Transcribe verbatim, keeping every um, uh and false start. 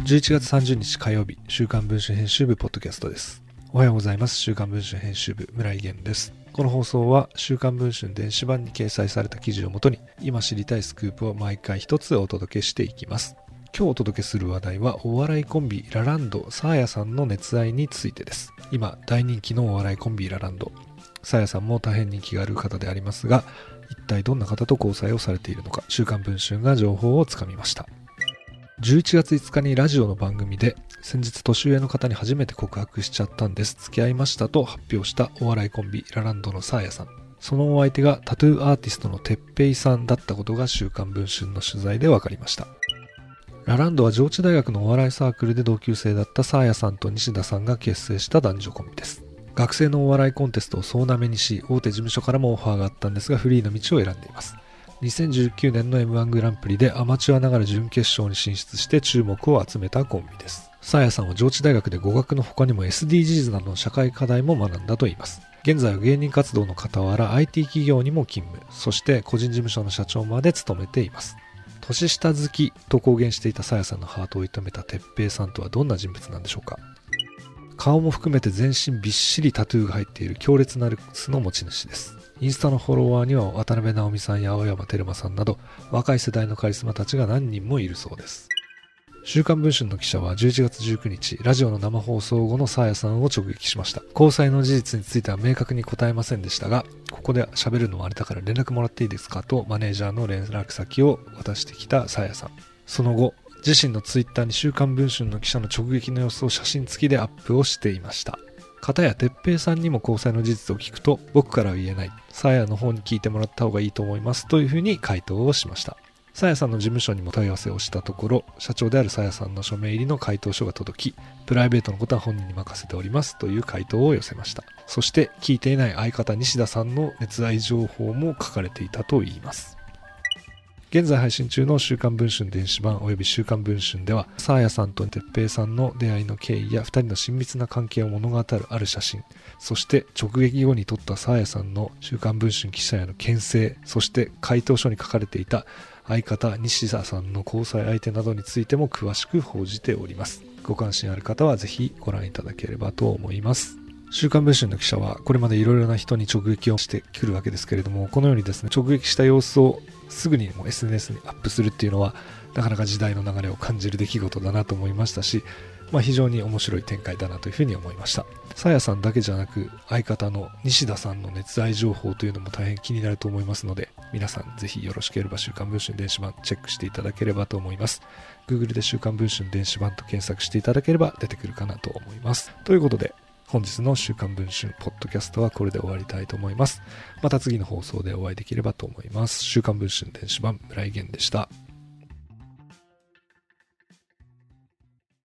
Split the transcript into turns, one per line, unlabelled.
じゅういちがつさんじゅうにち火曜日、週刊文春編集部ポッドキャストです。おはようございます。週刊文春編集部村井源です。この放送は週刊文春電子版に掲載された記事をもとに今知りたいスクープを毎回一つお届けしていきます。今日お届けする話題はお笑いコンビラランドサーヤさんの熱愛についてです。今大人気のお笑いコンビラランド、サーヤさんも大変人気がある方でありますが、一体どんな方と交際をされているのか、週刊文春が情報をつかみました。じゅういちがついつかにラジオの番組で先日年上の方に初めて告白しちゃったんです、付き合いましたと発表したお笑いコンビラランドのサーヤさん。そのお相手がタトゥーアーティストのてっぺいさんだったことが週刊文春の取材で分かりました。ラランドは上智大学のお笑いサークルで同級生だったサーヤさんと西田さんが結成した男女コンビです。学生のお笑いコンテストを総なめにし、大手事務所からもオファーがあったんですがフリーの道を選んでいます。にせんじゅうきゅうねんの エムワン グランプリでアマチュアながら準決勝に進出して注目を集めたコンビです。サーヤさんは上智大学で語学の他にも エスディージーズ などの社会課題も学んだといいます。現在は芸人活動の傍ら アイティー 企業にも勤務、そして個人事務所の社長まで務めています。年下好きと公言していたサーヤさんのハートを射止めたてっぺいさんとはどんな人物なんでしょうか。顔も含めて全身びっしりタトゥーが入っている強烈なルックスの持ち主です。インスタのフォロワーには渡辺直美さんや青山テルマさんなど若い世代のカリスマたちが何人もいるそうです。週刊文春の記者はじゅういちがつじゅうくにち、ラジオの生放送後のサーヤさんを直撃しました。交際の事実については明確に答えませんでしたが、ここで喋るのもあれだから連絡もらっていいですかとマネージャーの連絡先を渡してきたサーヤさん。その後、自身のツイッターに週刊文春の記者の直撃の様子を写真付きでアップをしていました。片やてっぺいさんにも交際の事実を聞くと、僕からは言えない、サーヤの方に聞いてもらった方がいいと思いますというふうに回答をしました。サーヤさんの事務所にも問い合わせをしたところ、社長であるサーヤさんの署名入りの回答書が届き、プライベートのことは本人に任せておりますという回答を寄せました。そして聞いていない相方西田さんの熱愛情報も書かれていたといいます。現在配信中の週刊文春電子版および週刊文春では、サーヤさんとてっぺいさんの出会いの経緯やふたりの親密な関係を物語るある写真、そして直撃後に撮ったサーヤさんの週刊文春記者への牽制、そして回答書に書かれていた相方西田さんの交際相手などについても詳しく報じております。ご関心ある方はぜひご覧いただければと思います。週刊文春の記者はこれまでいろいろな人に直撃をしてくるわけですけれども、このようにですね、直撃した様子をすぐにも エスエヌエス にアップするっていうのはなかなか時代の流れを感じる出来事だなと思いましたし、まあ、非常に面白い展開だなというふうに思いました。サーヤさんだけじゃなく相方の西田さんの熱愛情報というのも大変気になると思いますので、皆さんぜひよろしければ週刊文春電子版チェックしていただければと思います。 Google で週刊文春電子版と検索していただければ出てくるかなと思います。ということで本日の週刊文春ポッドキャストはこれで終わりたいと思います。また次の放送でお会いできればと思います。週刊文春電子版村井源でした。